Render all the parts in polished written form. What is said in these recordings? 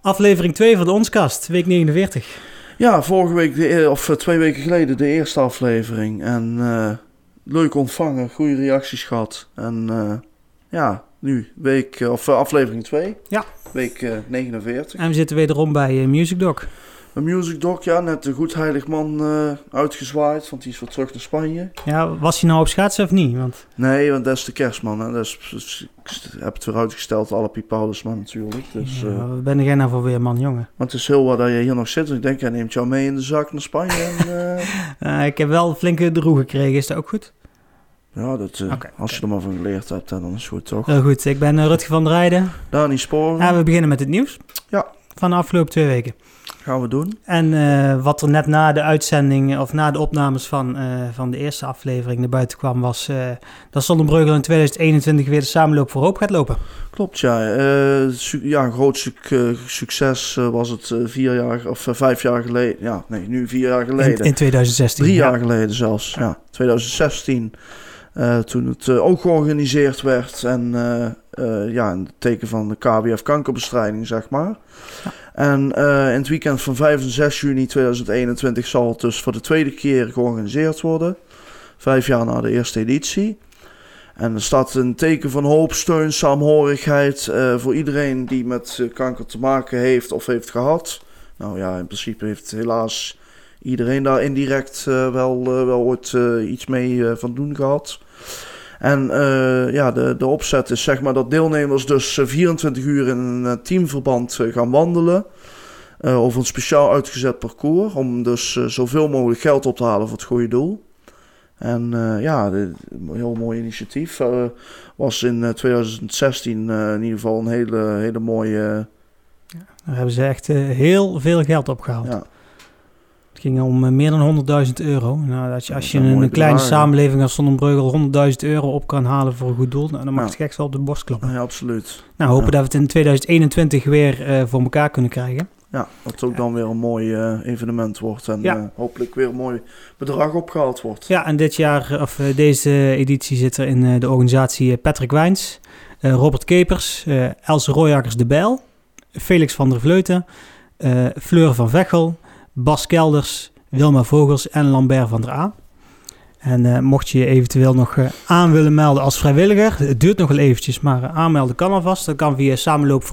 Aflevering 2 van de Onskast, week 49. Ja, vorige week, of 2 weken geleden, de eerste aflevering. En leuk ontvangen, goede reacties gehad. En nu aflevering 2. Ja. Week 49. En we zitten wederom bij Music Dog. Een Music Dog, ja, net een goed heilig man uitgezwaaid, want die is weer terug naar Spanje. Ja, was hij nou op schaatsen of niet? Nee, want dat is de kerstman. Hè. Dus, ik heb het weer uitgesteld, alle Piepaulusman natuurlijk. Dus, wat ben jij nou voor weer man, jongen? Want het is heel wat dat je hier nog zit. Ik denk, hij neemt jou mee in de zak naar Spanje. En, ik heb wel een flinke droeg gekregen, is dat ook goed? Ja, als je er maar van geleerd hebt, dan is het goed, toch? Heel goed, ik ben Rutger van der Rijden. Dani Sporen. En we beginnen met het nieuws. Ja. Van de afgelopen 2 weken. Gaan we doen. En wat er net na de uitzending, of na de opnames van de eerste aflevering naar buiten kwam, was dat Zonnebreugel in 2021 weer de Samenloop voor Hoop gaat lopen. Klopt, ja. Een groot succes was het 5 jaar geleden. Ja, nee, nu 4 jaar geleden. In 2016. 3 jaar geleden zelfs, ja. 2016. Toen het ook georganiseerd werd en in het teken van de KWF kankerbestrijding, zeg maar. Ja. En in het weekend van 5 en 6 juni 2021 zal het dus voor de tweede keer georganiseerd worden. 5 jaar na de eerste editie. En er staat een teken van hoop, steun, saamhorigheid voor iedereen die met kanker te maken heeft of heeft gehad. Nou ja, in principe heeft helaas iedereen daar indirect wel ooit iets mee van doen gehad. En de opzet is zeg maar dat deelnemers dus 24 uur in een teamverband gaan wandelen. Over een speciaal uitgezet parcours. Om dus zoveel mogelijk geld op te halen voor het goede doel. En een heel mooi initiatief. Was in 2016 in ieder geval een hele mooie... Daar hebben ze echt heel veel geld opgehaald. Ja. Het ging om meer dan €100.000. Nou, als je een kleine samenleving als Zonnebreugel €100.000 op kan halen voor een goed doel, dan mag je echt wel op de borst kloppen. Ja, absoluut. Nou, hopen dat we het in 2021 weer voor elkaar kunnen krijgen. Ja, dat het ook dan weer een mooi evenement wordt en hopelijk weer een mooi bedrag opgehaald wordt. Ja, en deze editie zit er in de organisatie Patrick Wijns, Robert Kepers, Else Royakkers de Bijl, Felix van der Vleuten, Fleur van Vechel, Bas Kelders, Wilma Vogels en Lambert van der A. En mocht je je eventueel nog aan willen melden als vrijwilliger, het duurt nog wel eventjes, maar aanmelden kan alvast. Dat kan via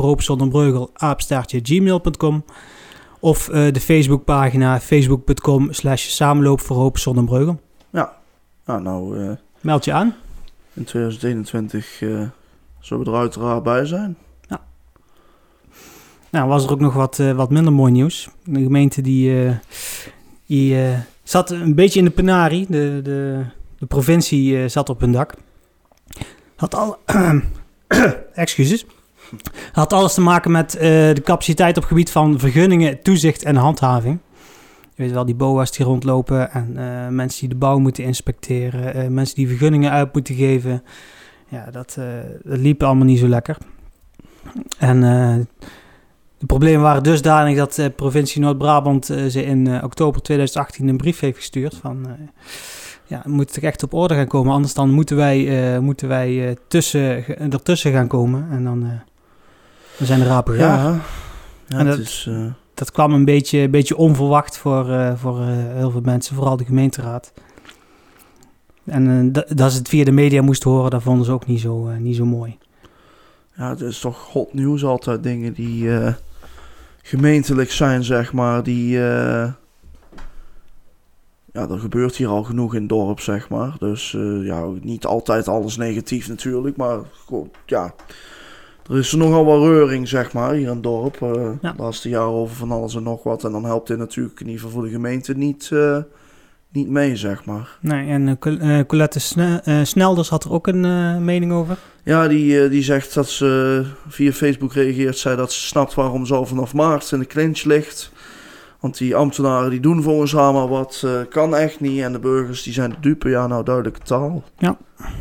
samenloopvoorhoopzonnebreugel@gmail.com of de Facebookpagina facebook.com/samenloopvoorhoopzonnebreugel. Ja, meld je aan. In 2021 zullen we er uiteraard bij zijn. Nou, was er ook nog wat minder mooi nieuws. De gemeente die zat een beetje in de penarie. De provincie zat op hun dak. Excuses. Had alles te maken met de capaciteit op gebied van vergunningen, toezicht en handhaving. Je weet wel, die BOA's die rondlopen en mensen die de bouw moeten inspecteren. Mensen die vergunningen uit moeten geven. Ja, dat liep allemaal niet zo lekker. En... de problemen waren dusdanig dat de provincie Noord-Brabant ze in oktober 2018 een brief heeft gestuurd van... het moet er echt op orde gaan komen, anders dan moeten wij ertussen gaan komen. En dan zijn de rapen gaar. Ja, en dat kwam een beetje onverwacht voor heel veel mensen, vooral de gemeenteraad. En dat ze het via de media moesten horen, dat vonden ze ook niet zo mooi. Ja, het is toch hot nieuws altijd, dingen die gemeentelijk zijn, zeg maar. Er gebeurt hier al genoeg in het dorp, zeg maar. Dus niet altijd alles negatief natuurlijk, maar goed, ja. Er is nogal wat reuring, zeg maar, hier in het dorp. De laatste jaren over van alles en nog wat. En dan helpt dit natuurlijk in ieder geval voor de gemeente niet mee, zeg maar. Nee, en Colette Snelders had er ook een mening over. Ja, die zegt dat ze via Facebook reageert, zei dat ze snapt waarom ze al vanaf maart in de clinch ligt. Want die ambtenaren die doen volgens haar maar wat, kan echt niet. En de burgers die zijn de dupe, duidelijke taal. Ja.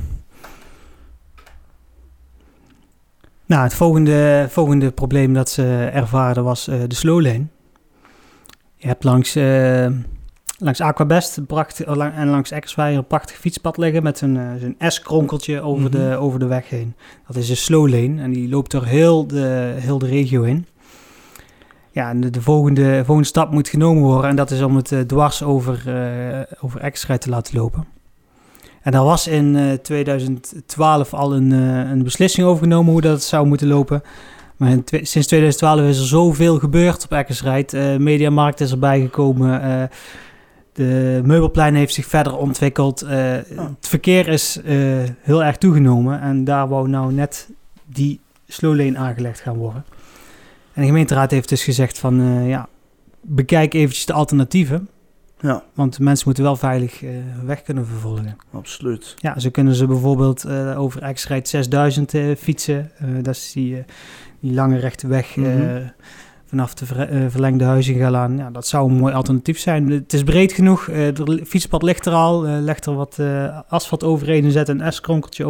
Nou, het volgende probleem dat ze ervaren was de slowlane. Je hebt langs Aquabest en langs Eckersweijer een prachtig fietspad liggen met een S-kronkeltje over de weg heen. Dat is een slow lane en die loopt door heel de regio heen. Ja, de volgende stap moet genomen worden. En dat is om het dwars over Eckersrijd te laten lopen. En daar was in 2012 al een beslissing over genomen hoe dat zou moeten lopen. Maar sinds 2012 is er zoveel gebeurd op Eckersrijd. Mediamarkt is erbij gekomen. De Meubelplein heeft zich verder ontwikkeld. Het verkeer is heel erg toegenomen. En daar wou nou net die slowlane aangelegd gaan worden. En de gemeenteraad heeft dus gezegd van... bekijk eventjes de alternatieven. Ja. Want mensen moeten wel veilig weg kunnen vervolgen. Absoluut. Ja, zo kunnen ze bijvoorbeeld over Eckersrijd 6000 fietsen. Dat is die lange rechte weg vanaf de verlengde Huizingalaan. Ja, dat zou een mooi alternatief zijn. Het is breed genoeg. Het fietspad ligt er al. Legt er wat asfalt overheen en zet een S-kronkeltje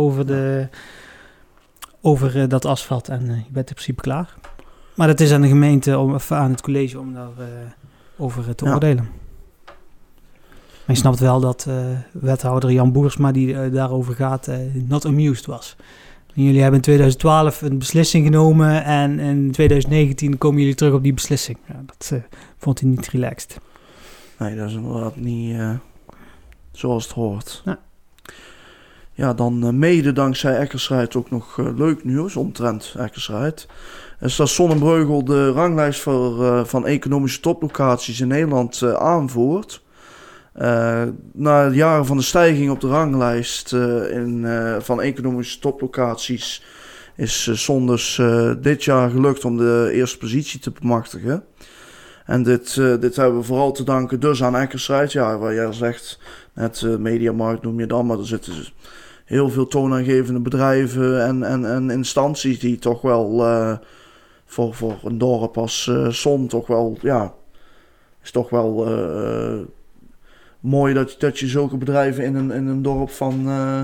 over dat asfalt. En je bent in principe klaar. Maar dat is aan de gemeente, aan het college, om daarover te oordelen. Maar je snapt wel dat wethouder Jan Boersma, die daarover gaat, not amused was. En jullie hebben in 2012 een beslissing genomen en in 2019 komen jullie terug op die beslissing. Ja, dat vond hij niet relaxed. Nee, dat is inderdaad niet zoals het hoort. Ja, dan mede dankzij Eckersrijd ook nog leuk nieuws omtrent Eckersrijd. Is dat Zonnebreugel de ranglijst van economische toplocaties in Nederland aanvoert. Na jaren van de stijging op de ranglijst van economische toplocaties is Sonders dit jaar gelukt om de eerste positie te bemachtigen. En dit hebben we vooral te danken dus aan Eckersrijd. Ja, waar jij zegt, net Mediamarkt noem je dan, maar er zitten heel veel toonaangevende bedrijven en instanties die toch wel voor een dorp als Zon toch wel, ja, is toch wel mooi dat je zulke bedrijven in een dorp van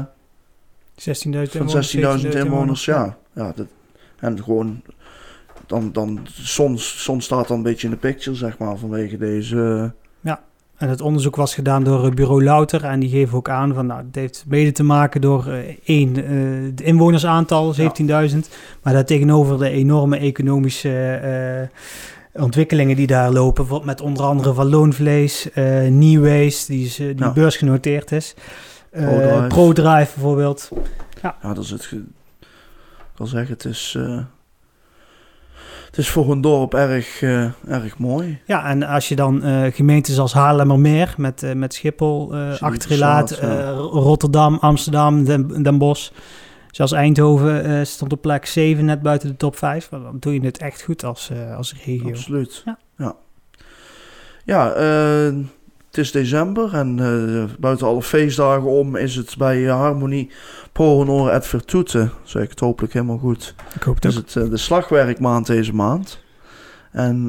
16.000 inwoners, ja. En gewoon dan soms staat dan een beetje in de picture, zeg maar, vanwege deze. Ja. En het onderzoek was gedaan door bureau Louter en die geven ook aan van, het heeft mede te maken door de inwonersaantal, 17.000, maar daartegenover de enorme economische ontwikkelingen die daar lopen, met onder andere van Loonvlees, New-Waste, die beursgenoteerd is, ProDrive bijvoorbeeld. Ja, dat is het. Ik wil zeggen, het is voor een dorp erg mooi. Ja, en als je dan gemeentes als Haarlemmermeer met Schiphol achterlaat, Rotterdam, Amsterdam, Den Bosch, zelfs Eindhoven stond op plek 7 net buiten de top 5. Dan doe je het echt goed als regio. Absoluut. Ja, het is december en buiten alle feestdagen om is het bij Harmonie Pro Honor et Virtute. Zeg ik het hopelijk helemaal goed. Ik hoop het ook. Is het de slagwerkmaand deze maand. En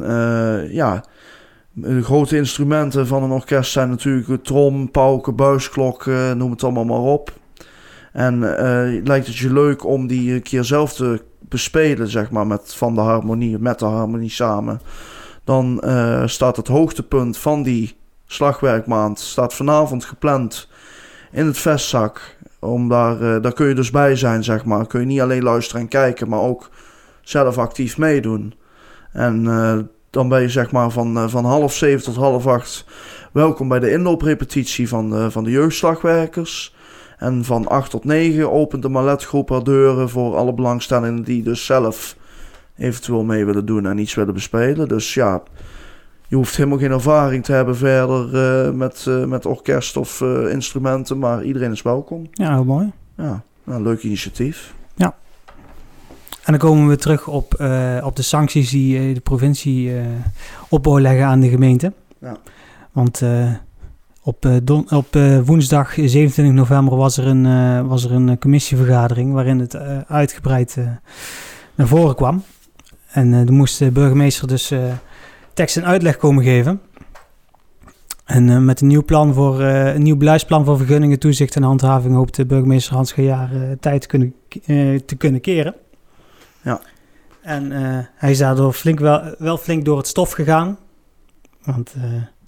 de grote instrumenten van een orkest zijn natuurlijk trom, pauken, buisklok, noem het allemaal maar op. En lijkt het je leuk om die een keer zelf te bespelen, zeg maar, met de harmonie samen. Dan staat het hoogtepunt van die slagwerkmaand staat vanavond gepland in het Vestzak. Daar kun je dus bij zijn, zeg maar. Kun je niet alleen luisteren en kijken, maar ook zelf actief meedoen. En dan ben je, zeg maar, van 7:30 tot 7:30 welkom bij de inlooprepetitie van de jeugdslagwerkers. En van 8 tot 9 opent de Maletgroep haar deuren voor alle belangstellenden die dus zelf eventueel mee willen doen en iets willen bespelen. Dus ja, je hoeft helemaal geen ervaring te hebben verder met orkest of instrumenten, maar iedereen is welkom. Ja, heel mooi. Ja, een leuk initiatief. Ja. En dan komen we terug op de sancties die de provincie op wou leggen aan de gemeente. Ja. Want op woensdag 27 november was er een commissievergadering waarin het uitgebreid naar voren kwam. En er moest de burgemeester dus tekst en uitleg komen geven. En met een nieuw beleidsplan voor vergunningen, toezicht en handhaving hoopt de burgemeester Hans Gejaar tijd te kunnen keren. Ja. En hij is daardoor wel flink door het stof gegaan. Want er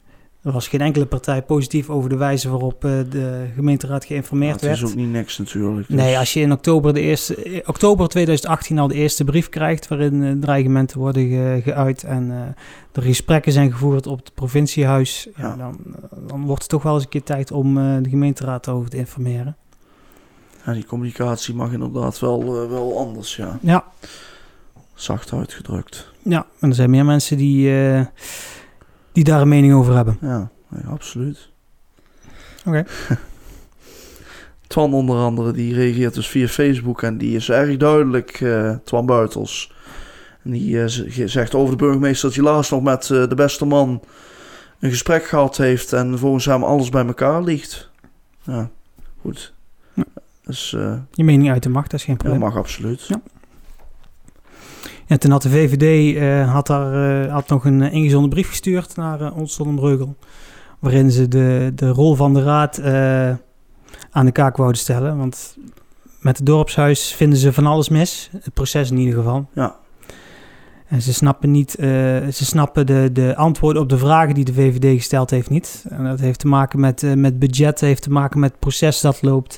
Er was geen enkele partij positief over de wijze waarop de gemeenteraad geïnformeerd werd. Het is ook niet niks natuurlijk. Dus. Nee, als je in oktober 2018 al de eerste brief krijgt waarin dreigementen worden geuit en er gesprekken zijn gevoerd op het provinciehuis, dan wordt het toch wel eens een keer tijd om de gemeenteraad over te informeren. Ja, die communicatie mag inderdaad wel anders, ja. Ja. Zacht uitgedrukt. Ja, en er zijn meer mensen die daar een mening over hebben. Ja, absoluut. Oké. Twan onder andere, die reageert dus via Facebook en die is erg duidelijk, Twan Buitels. En die zegt over de burgemeester dat hij laatst nog met de beste man een gesprek gehad heeft en volgens hem alles bij elkaar ligt. Ja, goed. Ja. Dus, je mening uit de macht, dat is geen probleem. Dat mag absoluut. Ja. Ja, toen had de VVD had nog een ingezonden brief gestuurd naar Ons Breugel, waarin ze de rol van de raad aan de kaak wouden stellen. Want met het dorpshuis vinden ze van alles mis, het proces in ieder geval. Ja. En ze snappen de antwoorden op de vragen die de VVD gesteld heeft niet. En dat heeft te maken met budget, heeft te maken met het proces dat loopt.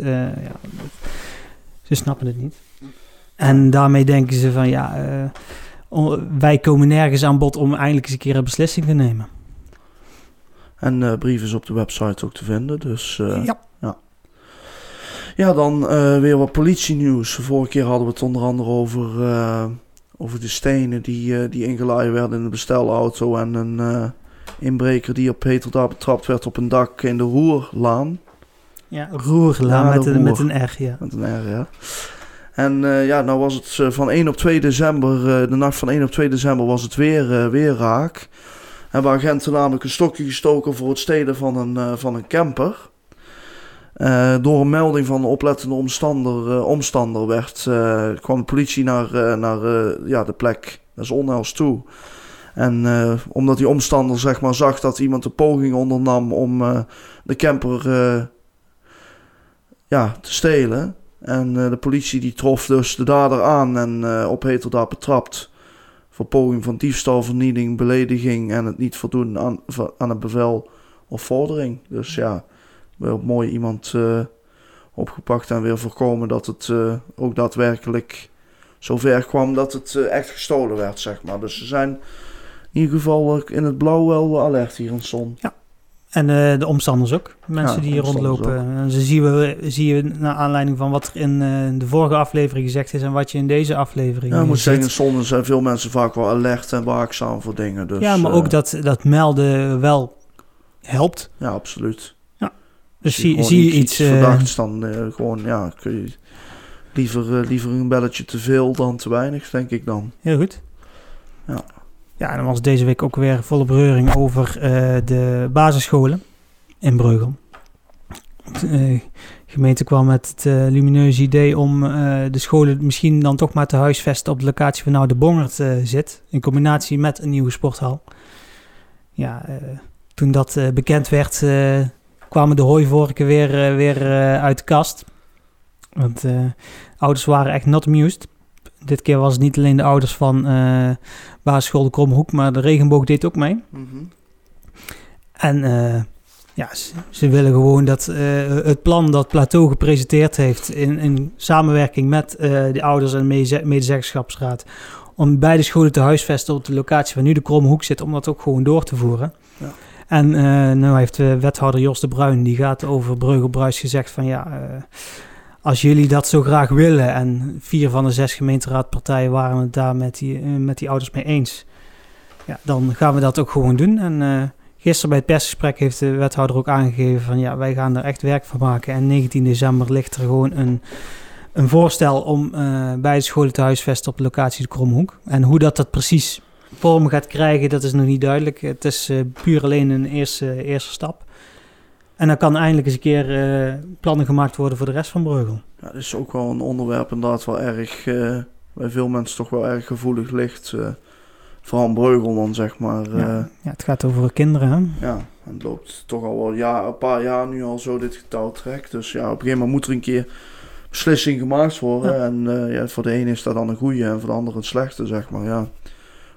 Ze snappen het niet. En daarmee denken ze van wij komen nergens aan bod om eindelijk eens een keer een beslissing te nemen. En brief is op de website ook te vinden, dus... Ja. Ja, dan weer wat politienieuws. Vorige keer hadden we het onder andere over de stenen die ingelaaid werden in de bestelauto en een inbreker die op Peter daar betrapt werd op een dak in de Roerlaan. Ja, Roerlaan met een R, ja. Met een R, ja. En nou was het van 1 op 2 december, de nacht van 1 op 2 december was het weer raak. Hebben agenten namelijk een stokje gestoken voor het stelen van een camper. Door een melding van een oplettende omstander kwam de politie naar de plek des onheils toe. En omdat die omstander zeg maar zag dat iemand de poging ondernam om de camper te stelen. En de politie die trof dus de dader aan en op heterdaad betrapt. Voor poging van diefstal, vernieling, belediging en het niet voldoen aan een bevel of vordering. Dus ja, wel mooi iemand opgepakt en weer voorkomen dat het ook daadwerkelijk zover kwam dat het echt gestolen werd, zeg maar. Dus ze zijn in ieder geval in het blauw wel alert hier in Son. Ja. En de omstanders ook. Mensen die hier rondlopen. En zie je naar aanleiding van wat er in de vorige aflevering gezegd is en wat je in deze aflevering ik moet zeggen, in Son zijn veel mensen vaak wel alert en waakzaam voor dingen. Dus, ja, maar ook dat melden wel helpt. Ja, absoluut. Ja. Dus zie je iets verdachts, dan kun je liever een belletje te veel dan te weinig, denk ik dan. Heel goed. Ja. Ja, en dan was deze week ook weer volle bereuring over de basisscholen in Breugel. De gemeente kwam met het lumineuze idee om de scholen misschien dan toch maar te huisvesten op de locatie waar nou de Bongert zit. In combinatie met een nieuwe sporthal. Ja, toen dat bekend werd, kwamen de hooivorken weer uit de kast. Want ouders waren echt not amused. Dit keer was het niet alleen de ouders van basisschool de Kromhoek, maar de Regenboog deed ook mee. Mm-hmm. En ze willen gewoon dat het plan dat Plateau gepresenteerd heeft in samenwerking met de ouders en medezeggenschapsraad, om beide scholen te huisvesten op de locatie waar nu de Kromhoek zit, om dat ook gewoon door te voeren. Ja. En nu heeft wethouder Jos de Bruin, die gaat over Breugel-Bruis gezegd van als jullie dat zo graag willen, en 4 van de 6 gemeenteraadpartijen waren het daar met die ouders mee eens, ja, dan gaan we dat ook gewoon doen. En gisteren bij het persgesprek heeft de wethouder ook aangegeven van wij gaan er echt werk van maken. En 19 december ligt er gewoon een voorstel om beide scholen te huisvesten op de locatie de Kromhoek. En hoe dat precies vorm gaat krijgen, dat is nog niet duidelijk. Het is puur alleen een eerste stap. En dan kan eindelijk eens een keer plannen gemaakt worden voor de rest van Breugel. Ja, dat is ook wel een onderwerp inderdaad wel erg, bij veel mensen toch wel erg gevoelig ligt. Vooral in Breugel dan, zeg maar. Ja, het gaat over kinderen, hè? Ja, en het loopt toch al wel een paar jaar nu al zo dit getouw trekt. Dus ja, op een gegeven moment moet er een keer beslissing gemaakt worden. Ja. En voor de ene is dat dan een goede en voor de andere een slechte, zeg maar. Ja,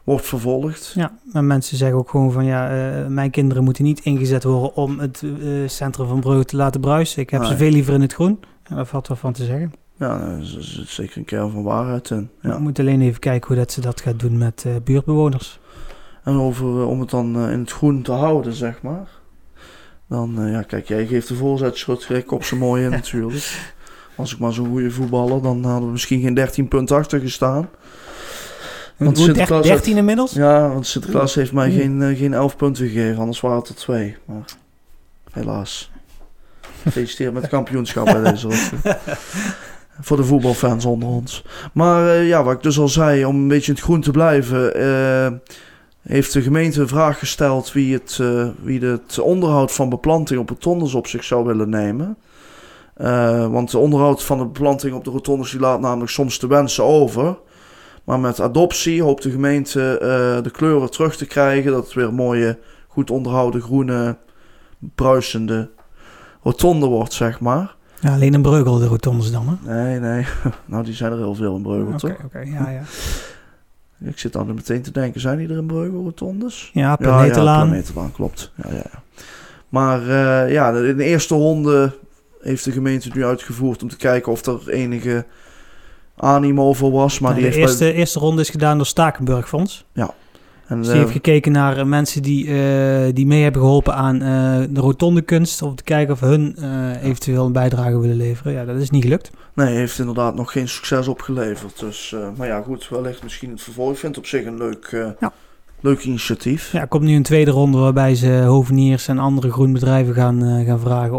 wordt vervolgd. Ja, maar mensen zeggen ook gewoon van mijn kinderen moeten niet ingezet worden om het centrum van Brugge te laten bruisen. Ik heb ze veel liever in het groen. Ja, daar valt wel van te zeggen. Ja, er zit zeker een kern van waarheid in. Ja. We moeten alleen even kijken hoe dat ze dat gaat doen met buurtbewoners. En om het dan in het groen te houden, zeg maar. Dan, kijk, jij geeft de voorzetschot, ik kop ze mooi in natuurlijk. Als ik maar zo'n goede voetballer, dan hadden we misschien geen 13 punten achter gestaan. Want Sinterklaas 13 inmiddels? Ja, want Sinterklaas heeft mij geen 11 punten gegeven, anders waren het er 2. Maar helaas. Gefeliciteerd met het kampioenschap bij deze ronde. Voor de voetbalfans onder ons. Maar wat ik dus al zei, om een beetje in het groen te blijven, heeft de gemeente een vraag gesteld wie het onderhoud van beplanting op rotondes op zich zou willen nemen. Want de onderhoud van de beplanting op de rotondes die laat namelijk soms te wensen over. Maar met adoptie hoopt de gemeente de kleuren terug te krijgen. Dat het weer een mooie, goed onderhouden, groene, bruisende rotonde wordt, zeg maar. Ja, alleen in Breugel de rotondes dan, hè? Nee. Nou, die zijn er heel veel in Breugel, toch? Oké, ja. Ik zit dan meteen te denken, zijn die er in Breugel rotondes? Ja, Planetenlaan. Ja, Planetenlaan, klopt. Ja. Maar in de eerste ronde heeft de gemeente het nu uitgevoerd om te kijken of er enige animo voor was. Maar de eerste ronde is gedaan door Stakenburg Fonds. Ja. En dus die heeft gekeken naar mensen die mee hebben geholpen aan de rotondekunst. Om te kijken of hun eventueel een bijdrage willen leveren. Ja, dat is niet gelukt. Nee, heeft inderdaad nog geen succes opgeleverd. Dus, maar ja, goed, wellicht misschien het vervolg. Ik vind het op zich een leuk initiatief. Ja, er komt nu een tweede ronde waarbij ze hoveniers en andere groenbedrijven gaan vragen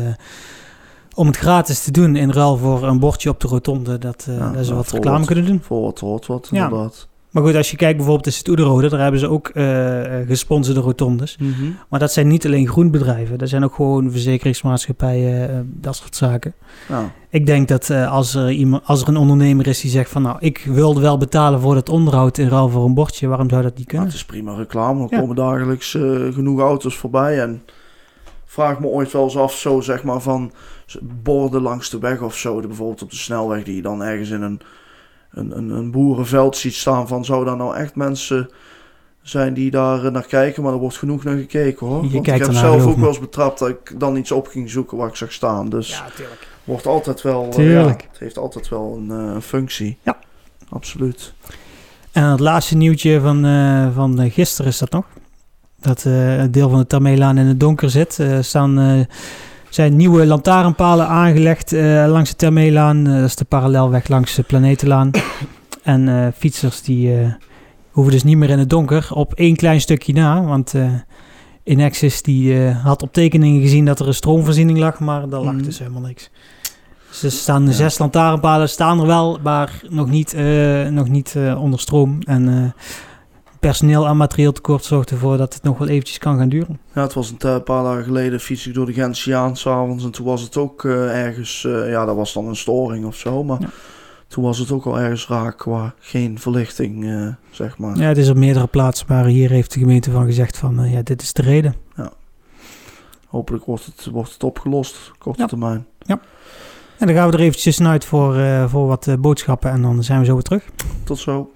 om het gratis te doen in ruil voor een bordje op de rotonde. Dat ze wat reclame kunnen doen. Voor wat hoort wat, inderdaad. Ja. Maar goed, als je kijkt bijvoorbeeld de Oederode, daar hebben ze ook gesponsorde rotondes. Mm-hmm. Maar dat zijn niet alleen groenbedrijven. Dat zijn ook gewoon verzekeringsmaatschappijen, dat soort zaken. Ja. Ik denk dat als er een ondernemer is die zegt van nou, ik wilde wel betalen voor dat onderhoud in ruil voor een bordje, waarom zou dat niet kunnen? Het is prima reclame. Er komen dagelijks genoeg auto's voorbij en vraag me ooit wel eens af, zo zeg maar van borden langs de weg of zo. Bijvoorbeeld op de snelweg die je dan ergens in een boerenveld ziet staan van, zou daar nou echt mensen zijn die daar naar kijken? Maar er wordt genoeg naar gekeken, hoor. Want ik heb zelf ook wel eens betrapt dat ik dan iets op ging zoeken waar ik zag staan. Dus ja, tuurlijk. Wordt altijd wel, het heeft altijd wel een functie. Ja. Absoluut. En het laatste nieuwtje van gisteren is dat nog. Dat een deel van de Termeelaan in het donker zit. Zijn nieuwe lantaarnpalen aangelegd langs de Termeelaan. Dat is de parallelweg langs de Planetenlaan. En fietsers die hoeven dus niet meer in het donker op één klein stukje na. Want Inexis die had op tekeningen gezien dat er een stroomvoorziening lag, maar daar lag dus helemaal niks. Dus er staan 6 lantaarnpalen, staan er wel, maar nog niet onder stroom. En personeel en materieel tekort zorgt ervoor dat het nog wel eventjes kan gaan duren. Ja, het was een paar dagen geleden fiets ik door de Gentiaan s'avonds en toen was het ook ergens, dat was dan een storing of zo, maar toen was het ook al ergens raak qua geen verlichting, zeg maar. Ja, het is op meerdere plaatsen, maar hier heeft de gemeente van gezegd van, dit is de reden. Ja. Hopelijk wordt het opgelost, korte termijn. Ja. En dan gaan we er eventjes uit voor wat boodschappen en dan zijn we zo weer terug. Tot zo.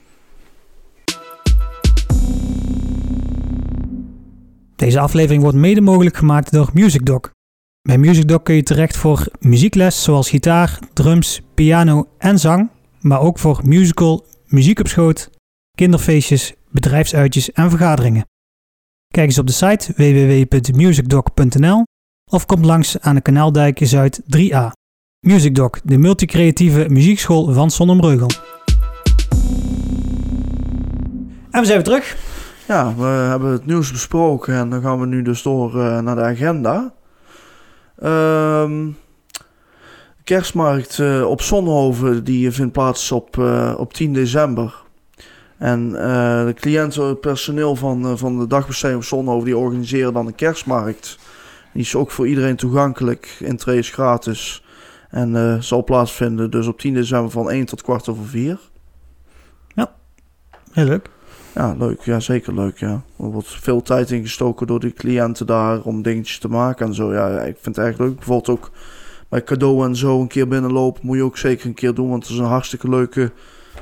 Deze aflevering wordt mede mogelijk gemaakt door MusicDoc. Bij MusicDoc kun je terecht voor muziekles zoals gitaar, drums, piano en zang, maar ook voor musical, muziek op schoot, kinderfeestjes, bedrijfsuitjes en vergaderingen. Kijk eens op de site www.musicdoc.nl of kom langs aan de Kanaaldijk Zuid 3A. MusicDoc, de multicreatieve muziekschool van Zonnebreugel. En we zijn weer terug. Ja, we hebben het nieuws besproken en dan gaan we nu dus door naar de agenda. Kerstmarkt op Zonhoven die vindt plaats op 10 december. En de cliënten, het personeel van de dagbesteding op Zonhoven die organiseren dan een kerstmarkt. Die is ook voor iedereen toegankelijk, intree is gratis. En zal plaatsvinden dus op 10 december van 1 tot 4:15. Ja, heel leuk. Ja, leuk. Ja, zeker leuk, ja. Er wordt veel tijd ingestoken door de cliënten daar om dingetjes te maken en zo. Ja, ik vind het echt leuk. Bijvoorbeeld ook bij cadeau en zo een keer binnenlopen moet je ook zeker een keer doen, want het is een hartstikke leuke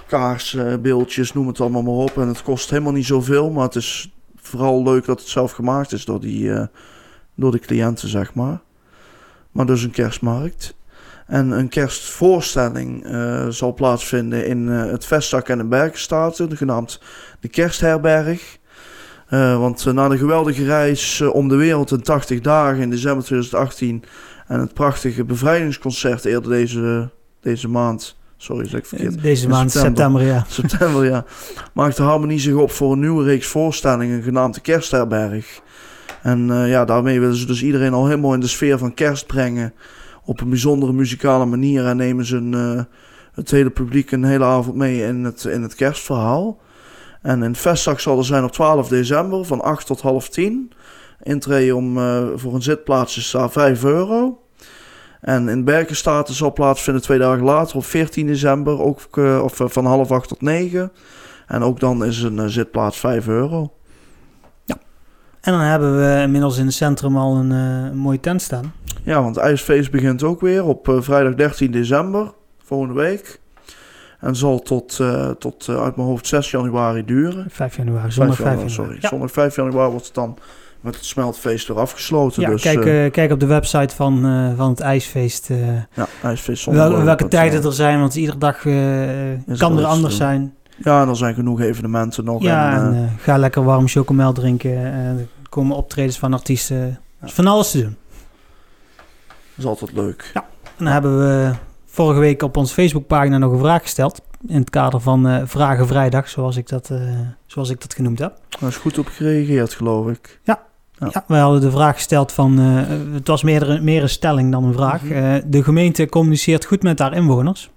kaarsen, beeldjes, noem het allemaal maar op. En het kost helemaal niet zoveel, maar het is vooral leuk dat het zelf gemaakt is door de cliënten, zeg maar. Maar dus een kerstmarkt. En een kerstvoorstelling zal plaatsvinden in het Vestzak en de Berkenstaten, genaamd de Kerstherberg. Want na de geweldige reis om de wereld in 80 dagen in december 2018 en het prachtige bevrijdingsconcert eerder deze maand... Sorry, zeg ik verkeerd. Deze maand, september, ja. September, ja. Maakt de Harmonie zich op voor een nieuwe reeks voorstellingen genaamd de Kerstherberg. En daarmee willen ze dus iedereen al helemaal in de sfeer van kerst brengen. Op een bijzondere muzikale manier. En nemen ze het hele publiek een hele avond mee in het kerstverhaal. En in het Vestzak zal er zijn op 12 december van 8 tot half 10. Intree voor een zitplaats is daar €5. En in Berkenstaten zal plaatsvinden 2 dagen later op 14 december. Ook van half 8 tot 9. En ook dan is een zitplaats €5. Ja. En dan hebben we inmiddels in het centrum al een mooie tent staan. Ja, want het ijsfeest begint ook weer op vrijdag 13 december, volgende week. En zal tot uit mijn hoofd 6 januari duren. 5 januari, zondag 5 januari. Sorry, ja. Zondag 5 januari wordt het dan met het smeltfeest weer afgesloten. Ja, dus, kijk op de website van het ijsfeest. ijsfeest welke tijden er zijn, want iedere dag kan er anders zijn. Ja, en er zijn genoeg evenementen nog. Ja, en ga lekker warm chocomel drinken. Er komen optredens van artiesten. Ja. Van alles te doen. Dat is altijd leuk. Ja, en dan hebben we vorige week op onze Facebookpagina nog een vraag gesteld. In het kader van Vragen Vrijdag, zoals ik dat genoemd heb. Daar is goed op gereageerd, geloof ik. Ja, wij hadden de vraag gesteld van... het was meer een stelling dan een vraag. Mm-hmm. De gemeente communiceert goed met haar inwoners.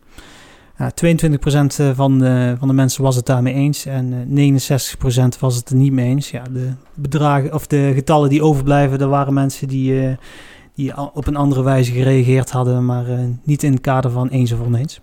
22% van de mensen was het daarmee eens. En 69% was het er niet mee eens. Ja, de bedragen of de getallen die overblijven... dat waren mensen die op een andere wijze gereageerd hadden... maar niet in het kader van eens of oneens.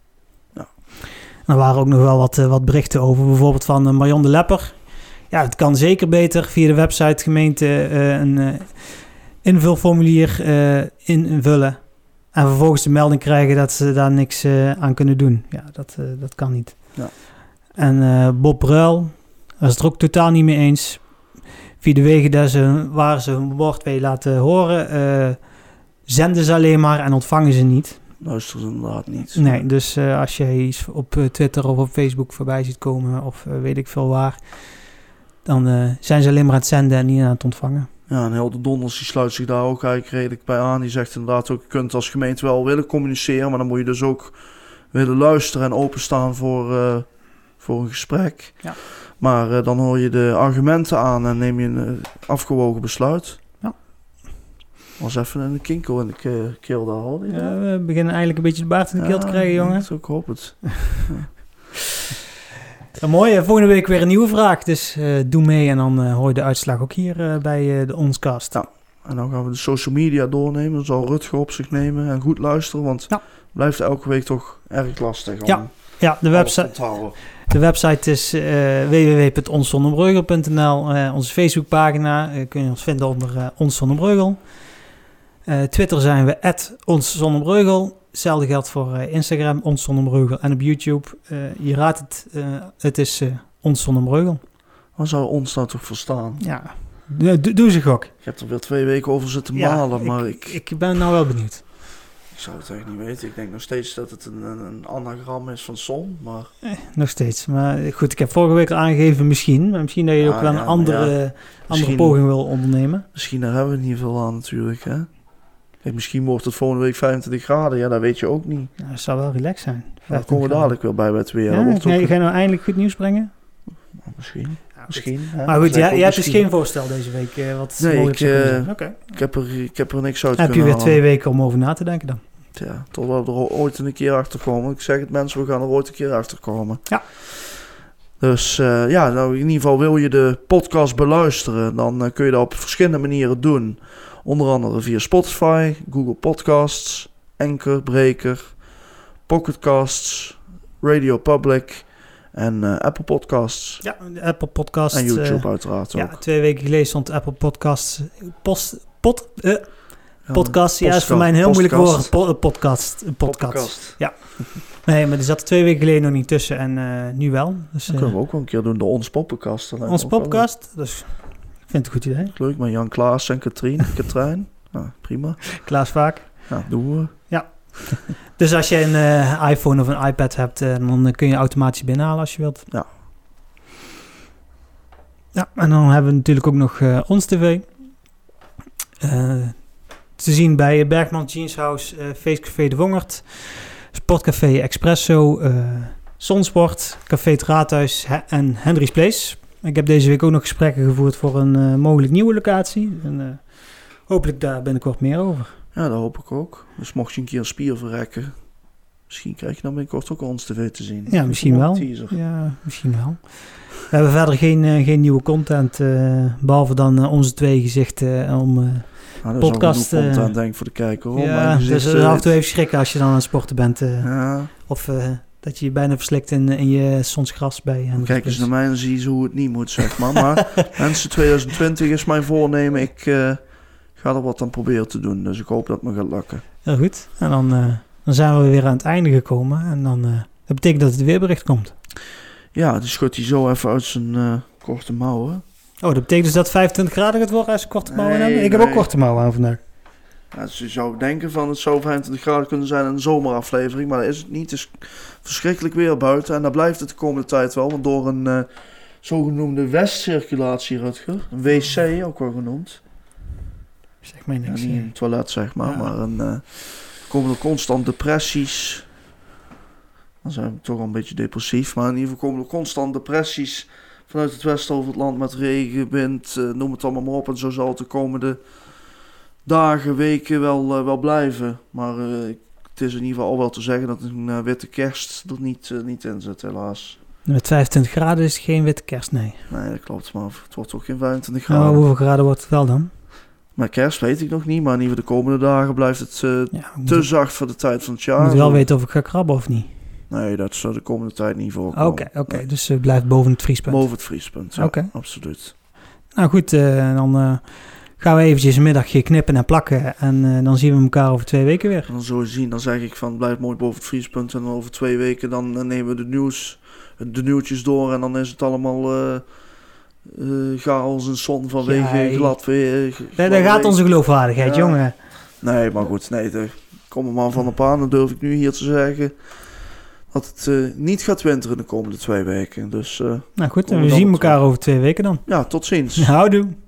Er waren ook nog wel wat berichten over. Bijvoorbeeld van Marion de Lepper. Ja, het kan zeker beter via de website gemeente een invulformulier invullen. En vervolgens de melding krijgen dat ze daar niks aan kunnen doen. Ja, dat kan niet. Ja. En Bob Bruil was het er ook totaal niet mee eens. Via de wegen waar ze hun woord willen laten horen... zenden ze alleen maar en ontvangen ze niet. Luisteren ze inderdaad niet. Nee, dus als je iets op Twitter of op Facebook voorbij ziet komen... of weet ik veel waar... dan zijn ze alleen maar aan het zenden en niet aan het ontvangen. Ja, en Hilde Donders die sluit zich daar ook eigenlijk redelijk bij aan. Die zegt inderdaad ook, je kunt als gemeente wel willen communiceren... maar dan moet je dus ook willen luisteren en openstaan voor een gesprek. Ja. Maar dan hoor je de argumenten aan en neem je een afgewogen besluit. Ja. Was even een kinkel in de keel daar al. Ja, we beginnen eigenlijk een beetje de baard in de keel te krijgen, jongen. Ik hoop het. Ja, mooi, volgende week weer een nieuwe vraag. Dus doe mee en dan hoor je de uitslag ook hier bij de Onscast. Ja, en dan gaan we de social media doornemen. Dat zal Rutger op zich nemen en goed luisteren. Want het blijft elke week toch erg lastig om de website is www.onszonderbreugel.nl. Onze Facebookpagina kun je ons vinden onder Ons Zonder Breugel. Twitter zijn we @onszonderbreugel. Hetzelfde geldt voor Instagram, Ons Zonder Breugel. En op YouTube, je raadt het, het is Ons Zonder Breugel. Waar zou ons nou toch voor staan? Ja, doe ze gok. Ik heb er weer 2 weken over zitten malen, maar ik ben nou wel benieuwd. Ik zou het echt niet weten. Ik denk nog steeds dat het een anagram is van zon, maar... nog steeds. Maar goed, ik heb vorige week al aangegeven misschien. Maar misschien dat je ook wel een andere poging wil ondernemen. Misschien daar hebben we niet veel aan natuurlijk, hè. Kijk, misschien wordt het volgende week 25 graden. Ja, dat weet je ook niet. Ja, dat zou wel relaxed zijn. Dan komen we dadelijk weer bij het weer. Ja, ga je nou eindelijk goed nieuws brengen? Nou, misschien. Misschien. Maar goed, jij hebt dus geen voorstel deze week. Ik heb er niks uit heb je weer 2 weken om over na te denken dan? Ja, totdat we er ooit een keer achter komen. Ik zeg het mensen, we gaan er ooit een keer achter komen. Ja. Dus nou in ieder geval wil je de podcast beluisteren, dan kun je dat op verschillende manieren doen. Onder andere via Spotify, Google Podcasts, Anchor, Breaker, Pocket Casts, Radio Public en Apple Podcasts. Ja, Apple Podcasts. En YouTube uiteraard ook. Ja, 2 weken geleden stond Apple Podcasts Podcast, ja, is voor mij een heel moeilijk woord. Podcast. Ja. Nee, maar die zat er 2 weken geleden nog niet tussen en nu wel. Dus, dat kunnen we ook wel een keer doen, de Ons Poppenkast. Ons Poppenkast, dus ik vind het een goed idee. Leuk, met Jan Klaas en Katrijn. Nou, prima. Klaas vaak. Ja, doen we. Ja. Dus als je een iPhone of een iPad hebt, dan kun je automatisch binnenhalen als je wilt. Ja. Ja, en dan hebben we natuurlijk ook nog Ons TV. Te zien bij Bergman Jeans House, Feestcafé De Wongert, Sportcafé Expresso, Zonsport, Café het Raadhuis en Henry's Place. Ik heb deze week ook nog gesprekken gevoerd voor een mogelijk nieuwe locatie. En hopelijk daar binnenkort meer over. Ja, dat hoop ik ook. Dus mocht je een keer een spier verrekken, misschien krijg je dan binnenkort ook Ons TV te zien. Ja, misschien wel. Ja, misschien wel. We hebben verder geen nieuwe content, behalve dan onze 2 gezichten om podcast. Dat is content, denk ik, voor de kijker. Ja, dus af en toe even schrikken als je dan aan het sporten bent. Of dat je je bijna verslikt in je Sonsgras bij. Kijk eens naar mij en zie je hoe het niet moet, zeg maar. Maar mensen, 2020 is mijn voornemen. Ik ga er wat aan proberen te doen. Dus ik hoop dat het me gaat lukken. Heel goed. En dan zijn we weer aan het einde gekomen. En dan dat betekent dat het weerbericht komt. Ja, die schudt hij zo even uit zijn korte mouwen. Oh, dat betekent dus dat 25 graden gaat worden als ze korte mouwen hebben? Ik heb ook korte mouwen aan vandaag. Ja, dus je zou denken van het zou 25 graden kunnen zijn in een zomeraflevering. Maar dat is het niet. Het is verschrikkelijk weer buiten. En dat blijft het de komende tijd wel. Want door een zogenoemde westcirculatie, Rutger. Een wc ook wel genoemd. Zeg maar niks. Ja, niet een toilet, zeg maar. Ja. Maar komen er constant depressies. Dan zijn we toch al een beetje depressief. Maar in ieder geval komen er constant depressies vanuit het westen over het land met regen, wind, noem het allemaal maar op. En zo zal het de komende dagen, weken wel blijven. Maar het is in ieder geval al wel te zeggen dat een witte kerst er niet in zit, helaas. Met 25 graden is het geen witte kerst, nee. Nee, dat klopt. Maar het wordt ook geen 25 graden. Nou, hoeveel graden wordt het wel dan? Maar kerst weet ik nog niet. Maar in ieder geval de komende dagen blijft het te zacht voor de tijd van het jaar. Ik moet wel weten of ik ga krabben of niet. Nee, dat zou de komende tijd niet voorkomen. Oké. Dus het blijft boven het vriespunt. Boven het vriespunt, ja. Oké. Absoluut. Nou goed, dan gaan we eventjes een middagje knippen en plakken. En dan zien we elkaar over 2 weken weer. En dan zo zien, dan zeg ik van blijf mooi boven het vriespunt. En dan over 2 weken dan nemen we de nieuwtjes door. En dan is het allemaal chaos en zon vanwege glad weer. Daar gaat onze geloofwaardigheid, jongen. Nee, maar goed. Nee, kom er maar van op aan. Dan durf ik nu hier te zeggen dat het niet gaat winteren de komende 2 weken. Dus, nou goed, en we zien elkaar over 2 weken dan. Ja, tot ziens. Houdoe.